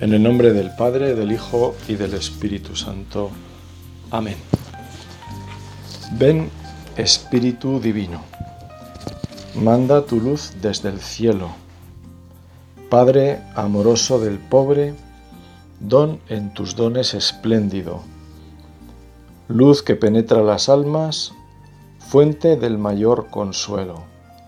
En el nombre del Padre, del Hijo y del Espíritu Santo. Amén. Ven, Espíritu Divino, manda tu luz desde el cielo. Padre amoroso del pobre, don en tus dones espléndido. Luz que penetra las almas, fuente del mayor consuelo.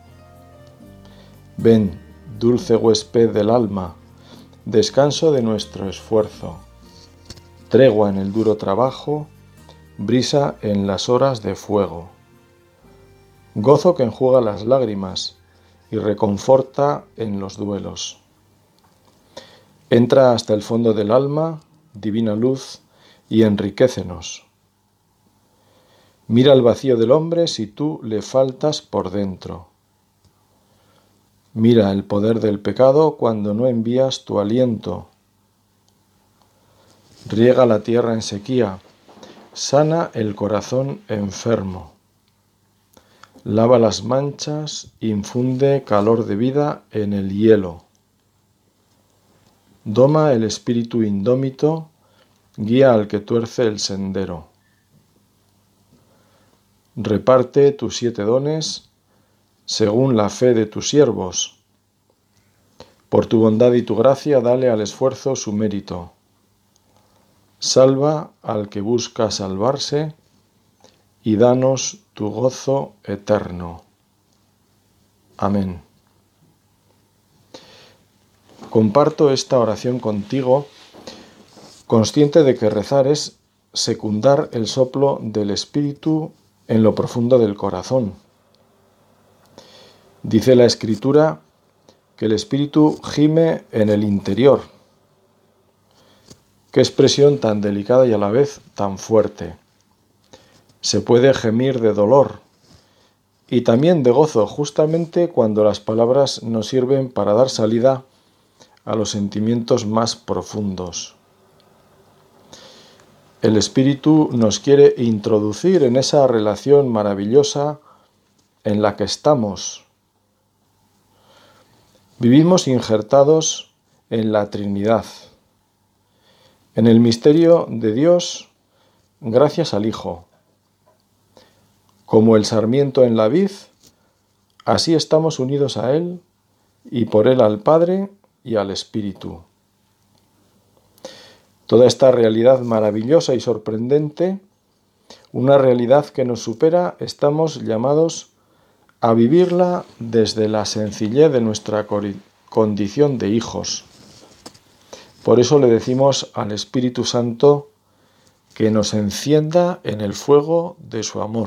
Ven, dulce huésped del alma, descanso de nuestro esfuerzo, tregua en el duro trabajo, brisa en las horas de fuego, gozo que enjuga las lágrimas y reconforta en los duelos. Entra hasta el fondo del alma, divina luz, y enriquécenos. Mira el vacío del hombre si tú le faltas por dentro. Mira el poder del pecado cuando no envías tu aliento. Riega la tierra en sequía, sana el corazón enfermo. Lava las manchas, infunde calor de vida en el hielo. Doma el espíritu indómito, guía al que tuerce el sendero. Reparte tus 7 dones según la fe de tus siervos. Por tu bondad y tu gracia dale al esfuerzo su mérito. Salva al que busca salvarse y danos tu gozo eterno. Amén. Comparto esta oración contigo, consciente de que rezar es secundar el soplo del Espíritu en lo profundo del corazón. Dice la Escritura que el Espíritu gime en el interior. Qué expresión tan delicada y a la vez tan fuerte. Se puede gemir de dolor y también de gozo, justamente cuando las palabras nos sirven para dar salida a los sentimientos más profundos. El Espíritu nos quiere introducir en esa relación maravillosa en la que estamos. Vivimos injertados en la Trinidad, en el misterio de Dios, gracias al Hijo. Como el sarmiento en la vid, así estamos unidos a Él y por Él al Padre y al Espíritu. Toda esta realidad maravillosa y sorprendente, una realidad que nos supera, estamos llamados a vivirla desde la sencillez de nuestra condición de hijos. Por eso le decimos al Espíritu Santo que nos encienda en el fuego de su amor.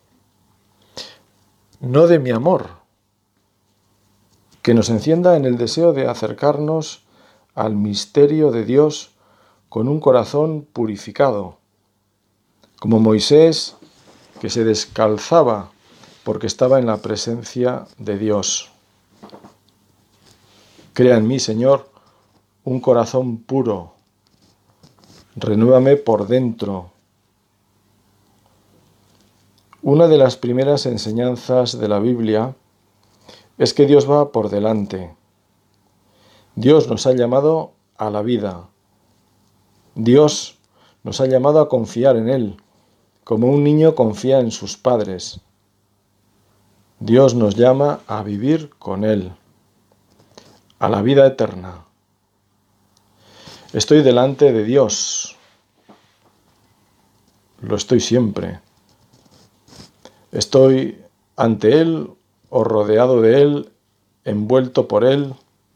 No de mi amor, que nos encienda en el deseo de acercarnos al misterio de Dios con un corazón purificado, como Moisés, que se descalzaba porque estaba en la presencia de Dios. Crea en mí, Señor, un corazón puro. Renuévame por dentro. Una de las primeras enseñanzas de la Biblia es que Dios va por delante. Dios nos ha llamado a la vida. Dios nos ha llamado a confiar en Él, como un niño confía en sus padres. Dios nos llama a vivir con Él, a la vida eterna. Estoy delante de Dios. Lo estoy siempre. Estoy ante Él o rodeado de Él, envuelto por Él,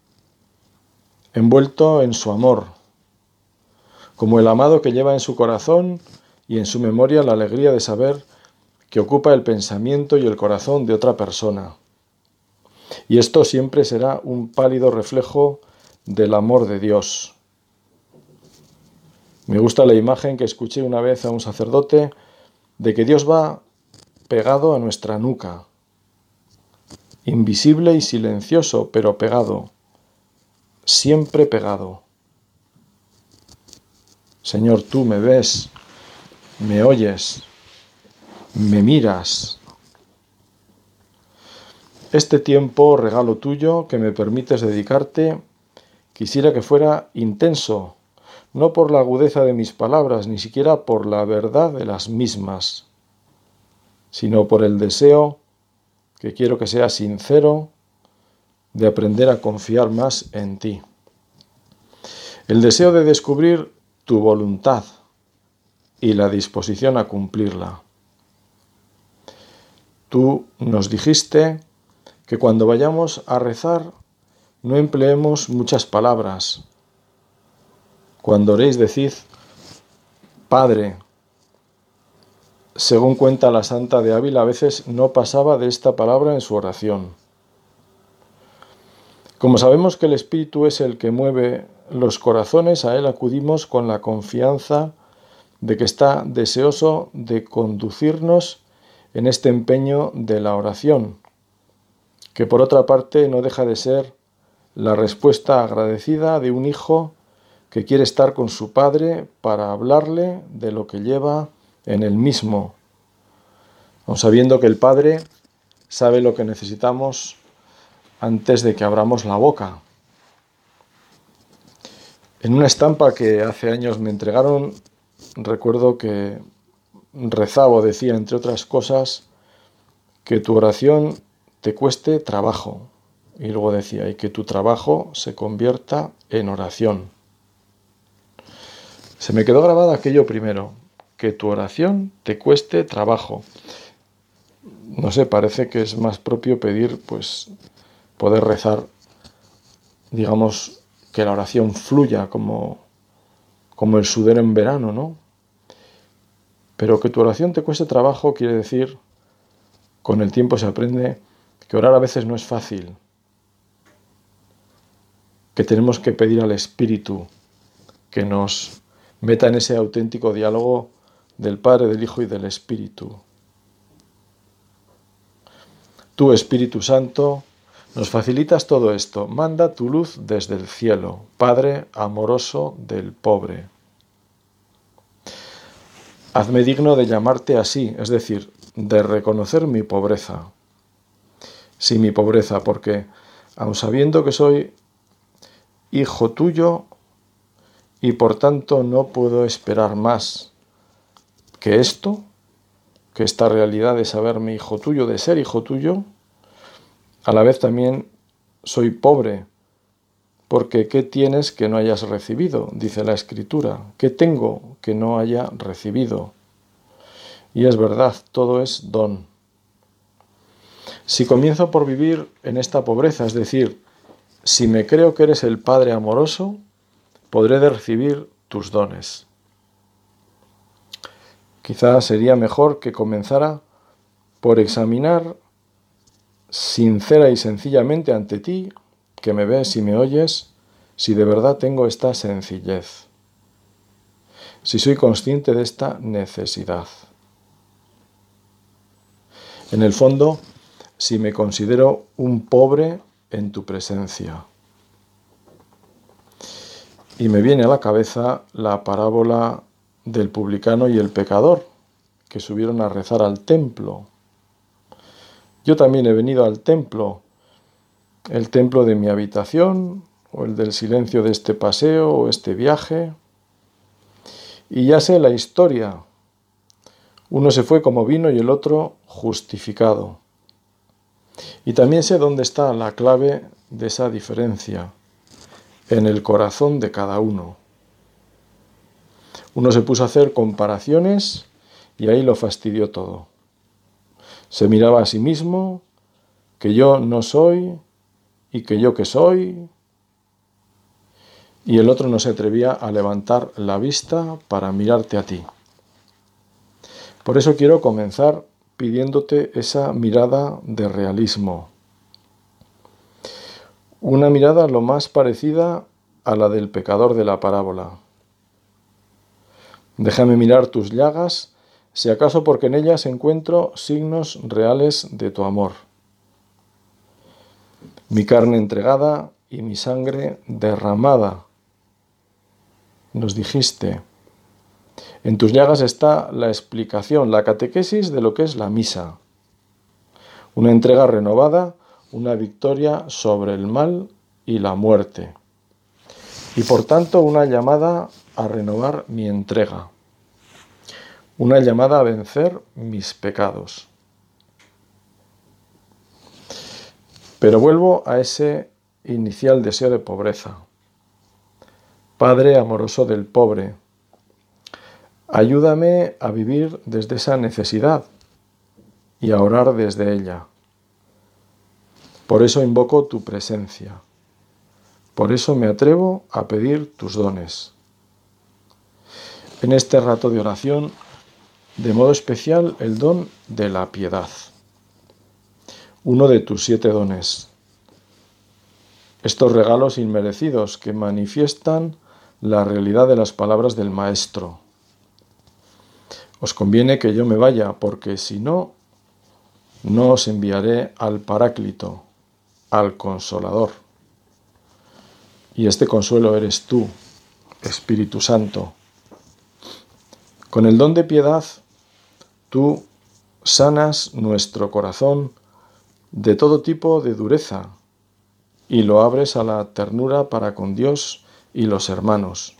envuelto en su amor, como el amado que lleva en su corazón y en su memoria la alegría de saber que ocupa el pensamiento y el corazón de otra persona. Y esto siempre será un pálido reflejo del amor de Dios. Me gusta la imagen que escuché una vez a un sacerdote de que Dios va pegado a nuestra nuca, invisible y silencioso, pero pegado, siempre pegado. Señor, tú me ves, me oyes, me miras. Este tiempo, regalo tuyo, que me permites dedicarte, Quisiera que fuera intenso, no por la agudeza de mis palabras, ni siquiera por la verdad de las mismas, sino por el deseo, que quiero que sea sincero, de aprender a confiar más en ti. El deseo de descubrir tu voluntad y la disposición a cumplirla. Tú nos dijiste que cuando vayamos a rezar no empleemos muchas palabras. Cuando oréis decid, Padre. Según cuenta la Santa de Ávila, a veces no pasaba de esta palabra en su oración. Como sabemos que el Espíritu es el que mueve los corazones, a Él acudimos con la confianza de que está deseoso de conducirnos en este empeño de la oración, que por otra parte no deja de ser la respuesta agradecida de un hijo que quiere estar con su padre para hablarle de lo que lleva en él mismo, aun sabiendo que el Padre sabe lo que necesitamos antes de que abramos la boca. En una estampa que hace años me entregaron, recuerdo que rezaba o decía, entre otras cosas, que tu oración te cueste trabajo. Y luego decía, y que tu trabajo se convierta en oración. Se me quedó grabado aquello primero, que tu oración te cueste trabajo. No sé, parece que es más propio pedir, pues, poder rezar, digamos, que la oración fluya como el sudor en verano, ¿no? Pero que tu oración te cueste trabajo quiere decir, con el tiempo se aprende, que orar a veces no es fácil, que tenemos que pedir al Espíritu que nos meta en ese auténtico diálogo del Padre, del Hijo y del Espíritu. Tú, Espíritu Santo, nos facilitas todo esto. Manda tu luz desde el cielo, Padre amoroso del pobre. Hazme digno de llamarte así, es decir, de reconocer mi pobreza. Sí, mi pobreza, porque, aun sabiendo que soy hijo tuyo y por tanto no puedo esperar más que esto, que esta realidad de saberme hijo tuyo, de ser hijo tuyo, a la vez también soy pobre, porque ¿qué tienes que no hayas recibido? Dice la Escritura. ¿Qué tengo que no haya recibido? Y es verdad, todo es don. Si comienzo por vivir en esta pobreza, es decir, si me creo que eres el Padre amoroso, podré recibir tus dones. Quizá sería mejor que comenzara por examinar sincera y sencillamente ante ti, que me ves y me oyes, si de verdad tengo esta sencillez, si soy consciente de esta necesidad. En el fondo, si me considero un pobre en tu presencia. Y me viene a la cabeza la parábola del publicano y el pecador, que subieron a rezar al templo. Yo también he venido al templo, el templo de mi habitación, o el del silencio de este paseo o este viaje, y ya sé la historia. Uno se fue como vino y el otro justificado. Y también sé dónde está la clave de esa diferencia, en el corazón de cada uno. Uno se puso a hacer comparaciones y ahí lo fastidió todo. Se miraba a sí mismo, que yo no soy y que yo que soy, y el otro no se atrevía a levantar la vista para mirarte a ti. Por eso quiero comenzar pidiéndote esa mirada de realismo. Una mirada lo más parecida a la del pecador de la parábola. Déjame mirar tus llagas, si acaso porque en ellas encuentro signos reales de tu amor. Mi carne entregada y mi sangre derramada. Nos dijiste, en tus llagas está la explicación, la catequesis de lo que es la misa. Una entrega renovada, una victoria sobre el mal y la muerte. y por tanto una llamada a renovar mi entrega, una llamada a vencer mis pecados. Pero vuelvo a ese inicial deseo de pobreza. Padre amoroso del pobre, ayúdame a vivir desde esa necesidad y a orar desde ella. Por eso invoco tu presencia. Por eso me atrevo a pedir tus dones. En este rato de oración, de modo especial, el don de la piedad. Uno de tus 7 dones. Estos regalos inmerecidos que manifiestan la realidad de las palabras del Maestro. Os conviene que yo me vaya, porque si no, no os enviaré al Paráclito, al Consolador. Y este consuelo eres tú, Espíritu Santo. Con el don de piedad, tú sanas nuestro corazón de todo tipo de dureza y lo abres a la ternura para con Dios y los hermanos.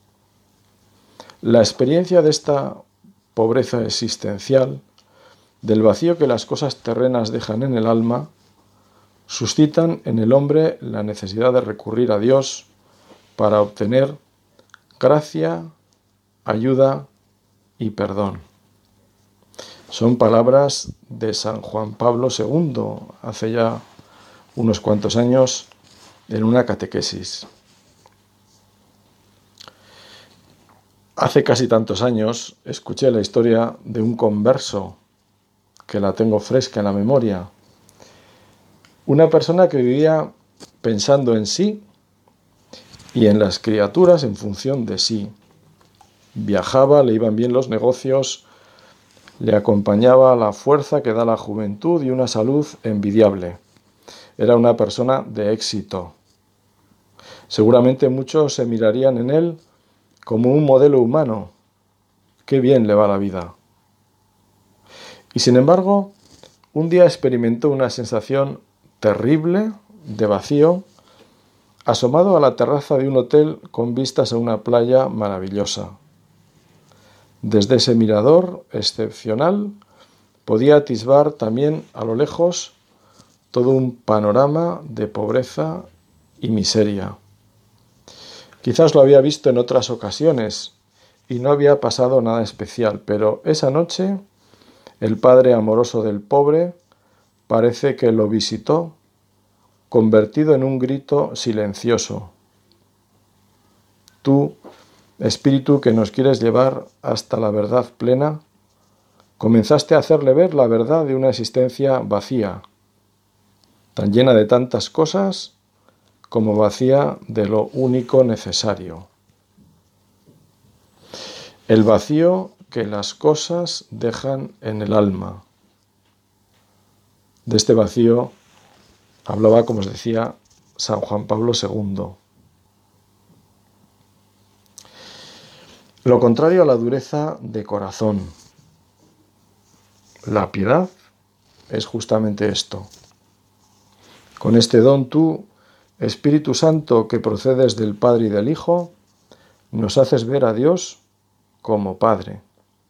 La experiencia de esta pobreza existencial, del vacío que las cosas terrenas dejan en el alma, suscitan en el hombre la necesidad de recurrir a Dios para obtener gracia, ayuda y perdón. Son palabras de San Juan Pablo II, hace ya unos cuantos años, en una catequesis. Hace casi tantos años escuché la historia de un converso, que la tengo fresca en la memoria. Una persona que vivía pensando en sí y en las criaturas en función de sí. Viajaba, le iban bien los negocios, le acompañaba la fuerza que da la juventud y una salud envidiable. Era una persona de éxito. Seguramente muchos se mirarían en él como un modelo humano. Qué bien le va la vida. Y sin embargo, un día experimentó una sensación terrible de vacío, asomado a la terraza de un hotel con vistas a una playa maravillosa. Desde ese mirador excepcional podía atisbar también a lo lejos todo un panorama de pobreza y miseria. Quizás lo había visto en otras ocasiones y no había pasado nada especial, pero esa noche el Padre amoroso del pobre parece que lo visitó, convertido en un grito silencioso. Tú, Espíritu que nos quieres llevar hasta la verdad plena, comenzaste a hacerle ver la verdad de una existencia vacía, tan llena de tantas cosas como vacía de lo único necesario. El vacío que las cosas dejan en el alma. De este vacío hablaba, como os decía, San Juan Pablo II. Lo contrario a la dureza de corazón. La piedad es justamente esto. Con este don tú, Espíritu Santo que procedes del Padre y del Hijo, nos haces ver a Dios como Padre.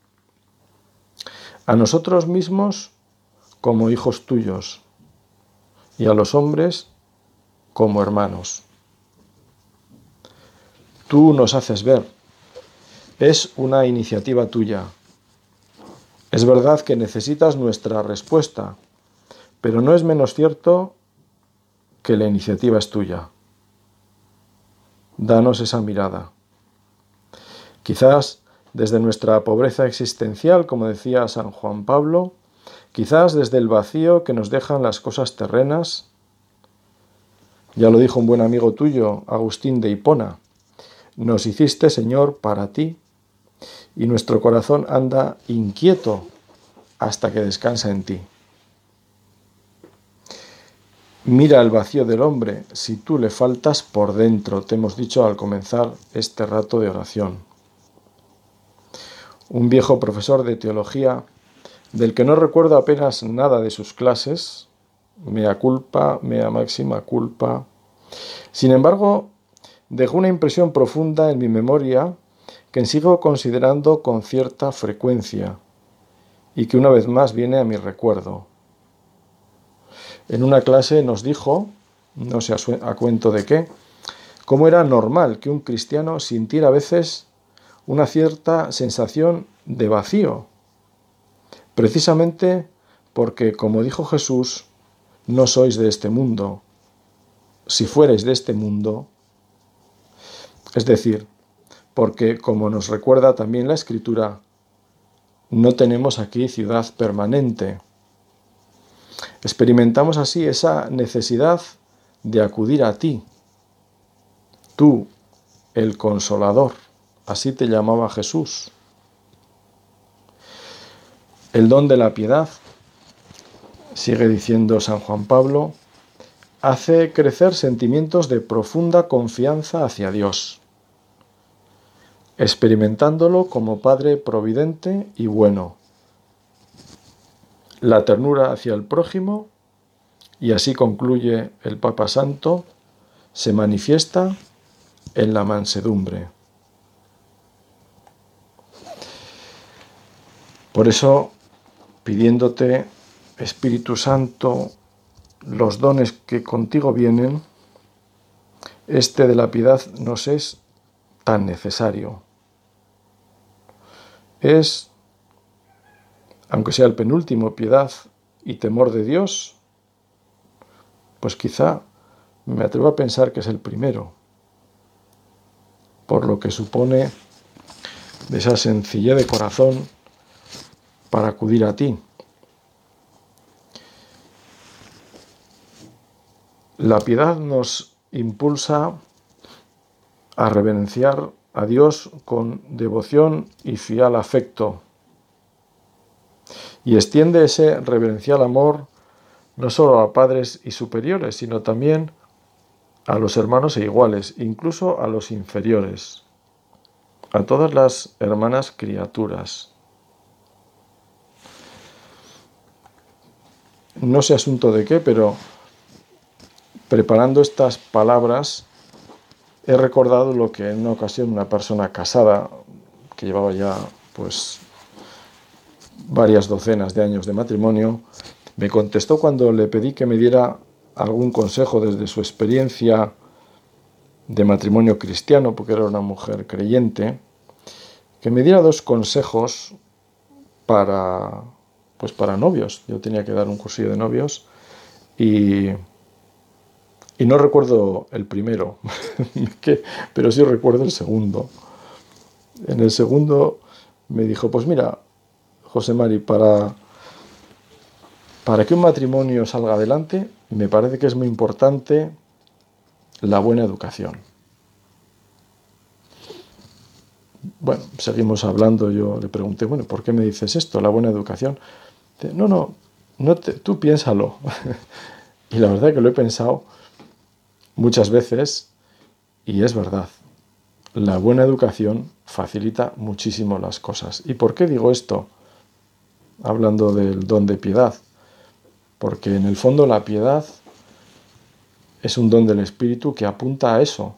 A nosotros mismos como hijos tuyos y a los hombres como hermanos. Tú nos haces ver. Es una iniciativa tuya. Es verdad que necesitas nuestra respuesta, pero no es menos cierto que la iniciativa es tuya. Danos esa mirada. Quizás desde nuestra pobreza existencial, como decía San Juan Pablo, quizás desde el vacío que nos dejan las cosas terrenas. Ya lo dijo un buen amigo tuyo, Agustín de Hipona, nos hiciste, Señor, para ti, y nuestro corazón anda inquieto hasta que descansa en ti. Mira el vacío del hombre si tú le faltas por dentro, te hemos dicho al comenzar este rato de oración. Un viejo profesor de teología, del que no recuerdo apenas nada de sus clases, mea culpa, mea máxima culpa. Sin embargo, dejó una impresión profunda en mi memoria que sigo considerando con cierta frecuencia y que una vez más viene a mi recuerdo. En una clase nos dijo, no sé a cuento de qué, cómo era normal que un cristiano sintiera a veces una cierta sensación de vacío, precisamente porque, como dijo Jesús, no sois de este mundo. Si fuereis de este mundo, es decir, porque, como nos recuerda también la Escritura, no tenemos aquí ciudad permanente. Experimentamos así esa necesidad de acudir a ti, tú, el Consolador, así te llamaba Jesús. El don de la piedad, sigue diciendo San Juan Pablo, hace crecer sentimientos de profunda confianza hacia Dios, experimentándolo como Padre providente y bueno, la ternura hacia el prójimo, y así concluye el Papa Santo, se manifiesta en la mansedumbre. Por eso, pidiéndote, Espíritu Santo, los dones que contigo vienen, este de la piedad nos es tan necesario. Es, aunque sea el penúltimo, piedad y temor de Dios, pues quizá me atrevo a pensar que es el primero, por lo que supone de esa sencillez de corazón para acudir a ti. La piedad nos impulsa a reverenciar a Dios con devoción y fiel afecto, y extiende ese reverencial amor no solo a padres y superiores, sino también a los hermanos e iguales, incluso a los inferiores, a todas las hermanas criaturas. No sé asunto de qué, pero preparando estas palabras he recordado lo que en una ocasión una persona casada, que llevaba ya pues varias docenas de años de matrimonio, me contestó cuando le pedí que me diera algún consejo desde su experiencia de matrimonio cristiano, porque era una mujer creyente, que me diera 2 consejos para novios. Yo tenía que dar un cursillo de novios y no recuerdo el primero, pero sí recuerdo el segundo. En el segundo me dijo, pues mira, José Mari, para que un matrimonio salga adelante, me parece que es muy importante la buena educación. Bueno, seguimos hablando, yo le pregunté, bueno, ¿por qué me dices esto, la buena educación? Dice, no, tú piénsalo. Y la verdad que lo he pensado muchas veces y es verdad. La buena educación facilita muchísimo las cosas. ¿Y por qué digo esto? Hablando del don de piedad. Porque en el fondo la piedad es un don del Espíritu que apunta a eso.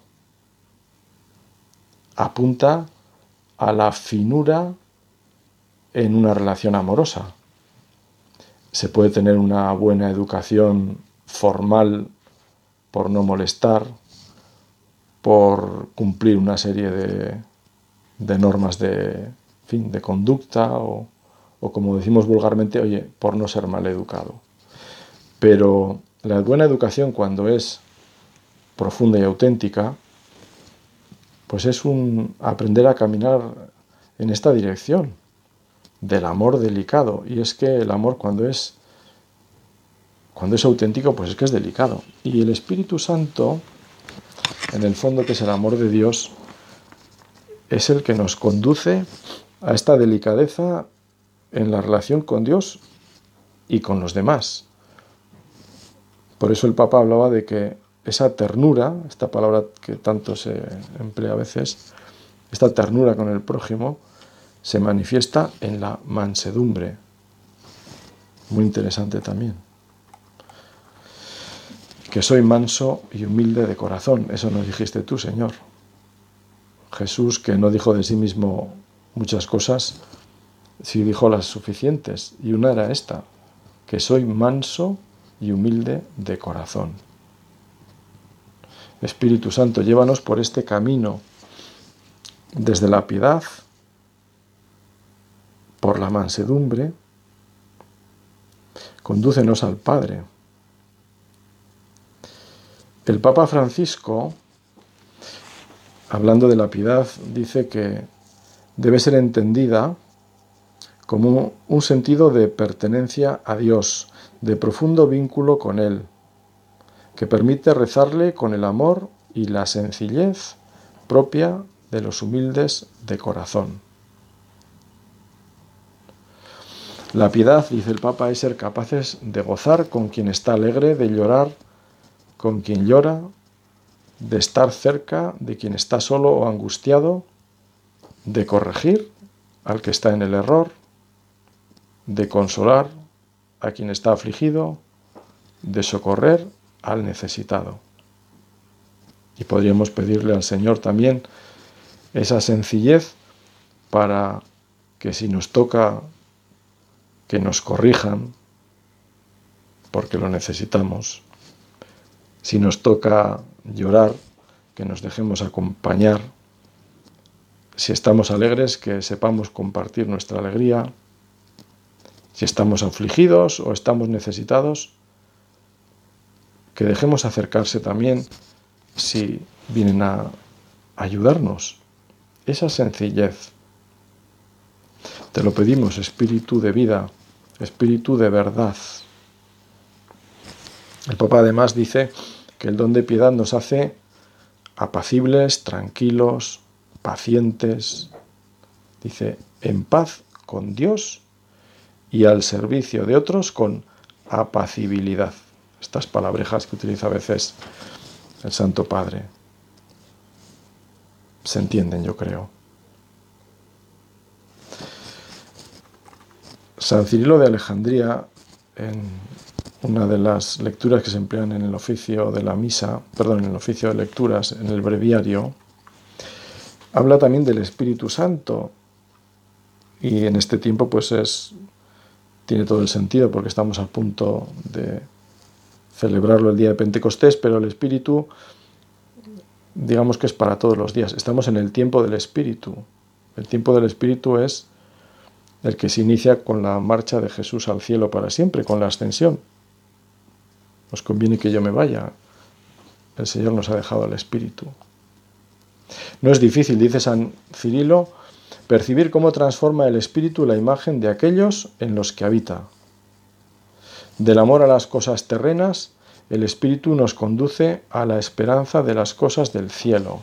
Apunta a la finura en una relación amorosa. Se puede tener una buena educación formal por no molestar, por cumplir una serie de normas de conducta o como decimos vulgarmente, oye, por no ser mal educado. Pero la buena educación, cuando es profunda y auténtica, pues es un aprender a caminar en esta dirección del amor delicado. Y es que el amor cuando es auténtico, pues es que es delicado. Y el Espíritu Santo, en el fondo, que es el amor de Dios, es el que nos conduce a esta delicadeza en la relación con Dios y con los demás. Por eso el Papa hablaba de que esa ternura, esta palabra que tanto se emplea a veces, esta ternura con el prójimo, se manifiesta en la mansedumbre. Muy interesante también. Que soy manso y humilde de corazón, eso nos dijiste tú, Señor. Jesús, que no dijo de sí mismo muchas cosas, sí dijo las suficientes, y una era esta, que soy manso y humilde de corazón. Espíritu Santo, llévanos por este camino, desde la piedad, por la mansedumbre, condúcenos al Padre. El Papa Francisco, hablando de la piedad, dice que debe ser entendida como un sentido de pertenencia a Dios, de profundo vínculo con Él, que permite rezarle con el amor y la sencillez propia de los humildes de corazón. La piedad, dice el Papa, es ser capaces de gozar con quien está alegre, de llorar con quien llora, de estar cerca de quien está solo o angustiado, de corregir al que está en el error, de consolar a quien está afligido, de socorrer al necesitado. Y podríamos pedirle al Señor también esa sencillez para que si nos toca que nos corrijan, porque lo necesitamos, si nos toca llorar, que nos dejemos acompañar, si estamos alegres, que sepamos compartir nuestra alegría, si estamos afligidos o estamos necesitados, que dejemos acercarse también si vienen a ayudarnos. Esa sencillez. Te lo pedimos, Espíritu de vida, Espíritu de verdad. El Papa además dice que el don de piedad nos hace apacibles, tranquilos, pacientes. Dice, en paz con Dios y al servicio de otros con apacibilidad. Estas palabrejas que utiliza a veces el Santo Padre. Se entienden, yo creo. San Cirilo de Alejandría, en una de las lecturas que se emplean en el oficio de la misa, en el oficio de lecturas, en el breviario, habla también del Espíritu Santo. Y en este tiempo tiene todo el sentido porque estamos a punto de celebrarlo el día de Pentecostés, pero el Espíritu, digamos que es para todos los días. Estamos en el tiempo del Espíritu. El tiempo del Espíritu es el que se inicia con la marcha de Jesús al cielo para siempre, con la ascensión. Os conviene que yo me vaya. El Señor nos ha dejado el Espíritu. No es difícil, dice San Cirilo, percibir cómo transforma el Espíritu la imagen de aquellos en los que habita. Del amor a las cosas terrenas, el Espíritu nos conduce a la esperanza de las cosas del cielo.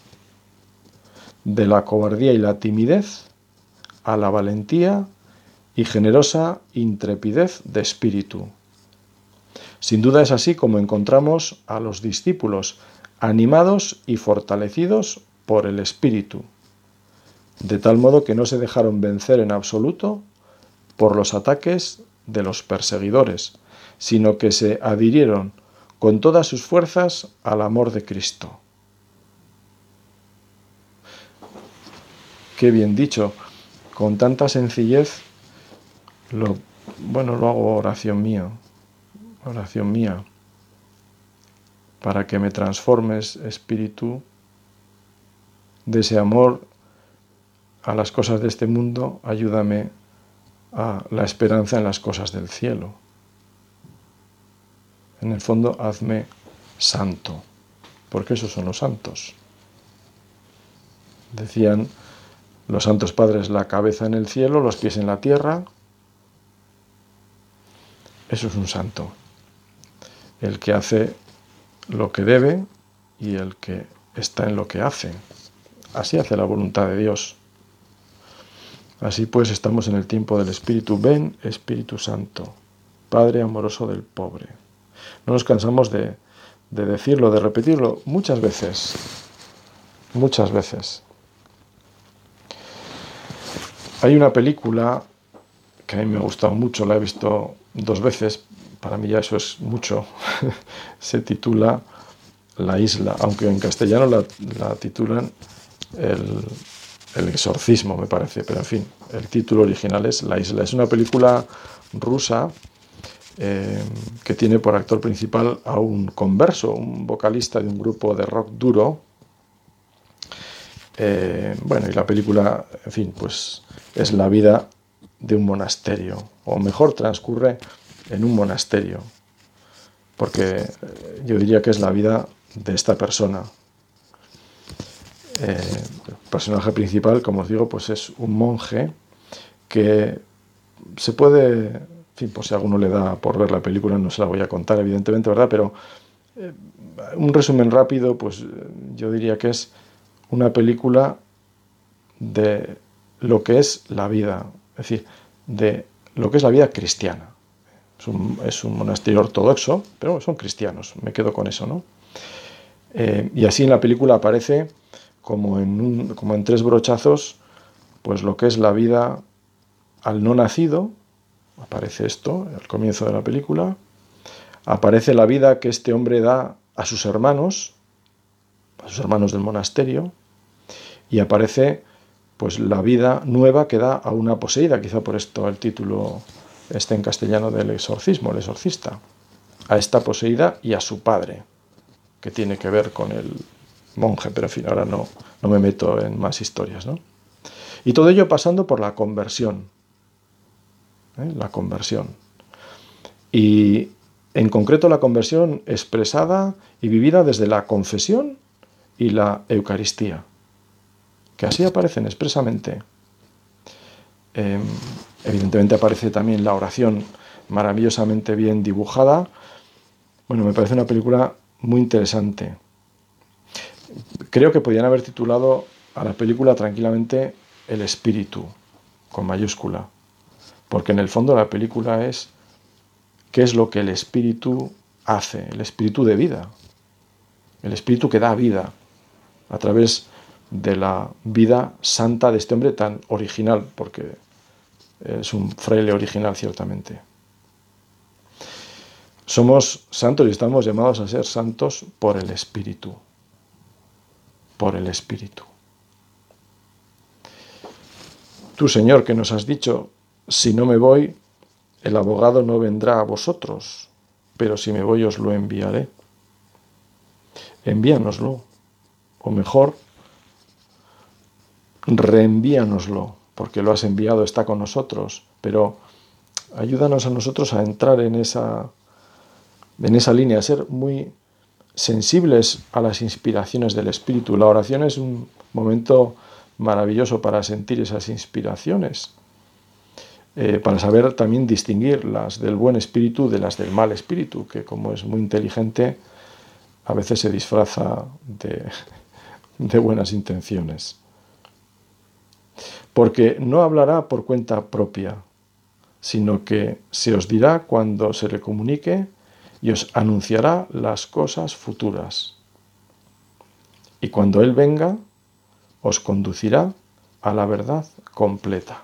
De la cobardía y la timidez a la valentía y generosa intrepidez de espíritu. Sin duda es así como encontramos a los discípulos animados y fortalecidos por el Espíritu, de tal modo que no se dejaron vencer en absoluto por los ataques de los perseguidores, sino que se adhirieron con todas sus fuerzas al amor de Cristo. Qué bien dicho, con tanta sencillez lo hago oración mía, para que me transformes, Espíritu, de ese amor a las cosas de este mundo, ayúdame a la esperanza en las cosas del cielo. En el fondo, hazme santo, porque esos son los santos. Decían los santos padres, la cabeza en el cielo, los pies en la tierra. Eso es un santo. El que hace lo que debe y el que está en lo que hace. Así hace la voluntad de Dios. Así pues estamos en el tiempo del Espíritu. Ven, Espíritu Santo, Padre amoroso del pobre. No nos cansamos de decirlo, de repetirlo muchas veces. Muchas veces. Hay una película que a mí me ha gustado mucho, la he visto 2 veces, para mí ya eso es mucho. Se titula La Isla, aunque en castellano la titulan el exorcismo, me parece, pero en fin, el título original es La isla. Es una película rusa que tiene por actor principal a un converso, un vocalista de un grupo de rock duro. Y la película, en fin, pues es la vida de un monasterio, o mejor transcurre en un monasterio, porque yo diría que es la vida de esta persona. El personaje principal, como os digo, pues es un monje que se puede, en fin, por si a alguno le da por ver la película, no se la voy a contar, evidentemente, ¿verdad? Pero un resumen rápido, pues yo diría que es una película de lo que es la vida, es decir, de lo que es la vida cristiana. Es un monasterio ortodoxo, pero son cristianos, me quedo con eso, ¿no? Y así en la película aparece como en 3 brochazos, pues lo que es la vida al no nacido, aparece esto al comienzo de la película, aparece la vida que este hombre da a sus hermanos del monasterio, y aparece pues la vida nueva que da a una poseída, quizá por esto el título esté en castellano del exorcismo, el exorcista, a esta poseída y a su padre, que tiene que ver con el monje, pero en fin, ahora no me meto en más historias, ¿no? Y todo ello pasando por la conversión, la conversión. Y en concreto la conversión expresada y vivida desde la confesión y la Eucaristía, que así aparecen expresamente. Evidentemente aparece también la oración maravillosamente bien dibujada. Bueno, me parece una película muy interesante. Creo que podrían haber titulado a la película tranquilamente El Espíritu, con mayúscula, porque en el fondo la película es qué es lo que el Espíritu hace, el Espíritu de vida, el Espíritu que da vida a través de la vida santa de este hombre tan original, porque es un fraile original ciertamente. Somos santos y estamos llamados a ser santos por el Espíritu. Por el Espíritu. Tú, Señor, que nos has dicho, si no me voy, el abogado no vendrá a vosotros, pero si me voy os lo enviaré. Envíanoslo, o mejor, reenvíanoslo, porque lo has enviado, está con nosotros, pero ayúdanos a nosotros a entrar en esa línea, a ser muy sensibles a las inspiraciones del Espíritu. La oración es un momento maravilloso para sentir esas inspiraciones, para saber también distinguir las del buen espíritu de las del mal espíritu, que como es muy inteligente, a veces se disfraza de buenas intenciones. Porque no hablará por cuenta propia, sino que se os dirá cuando se le comunique y os anunciará las cosas futuras. Y cuando Él venga, os conducirá a la verdad completa.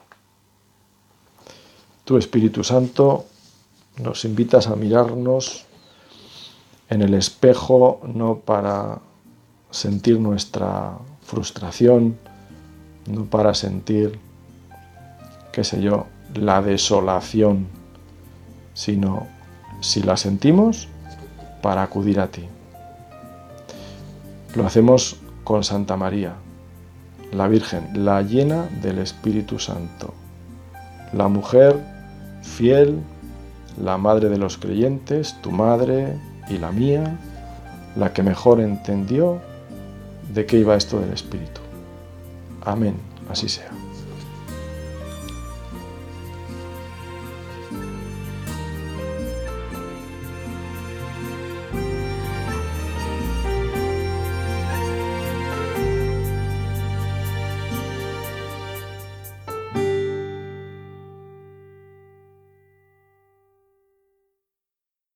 Tú, Espíritu Santo, nos invitas a mirarnos en el espejo, no para sentir nuestra frustración, no para sentir, qué sé yo, la desolación, sino, si la sentimos, para acudir a ti. Lo hacemos con Santa María, la Virgen, la llena del Espíritu Santo, la mujer fiel, la madre de los creyentes, tu madre y la mía, la que mejor entendió de qué iba esto del Espíritu. Amén, así sea.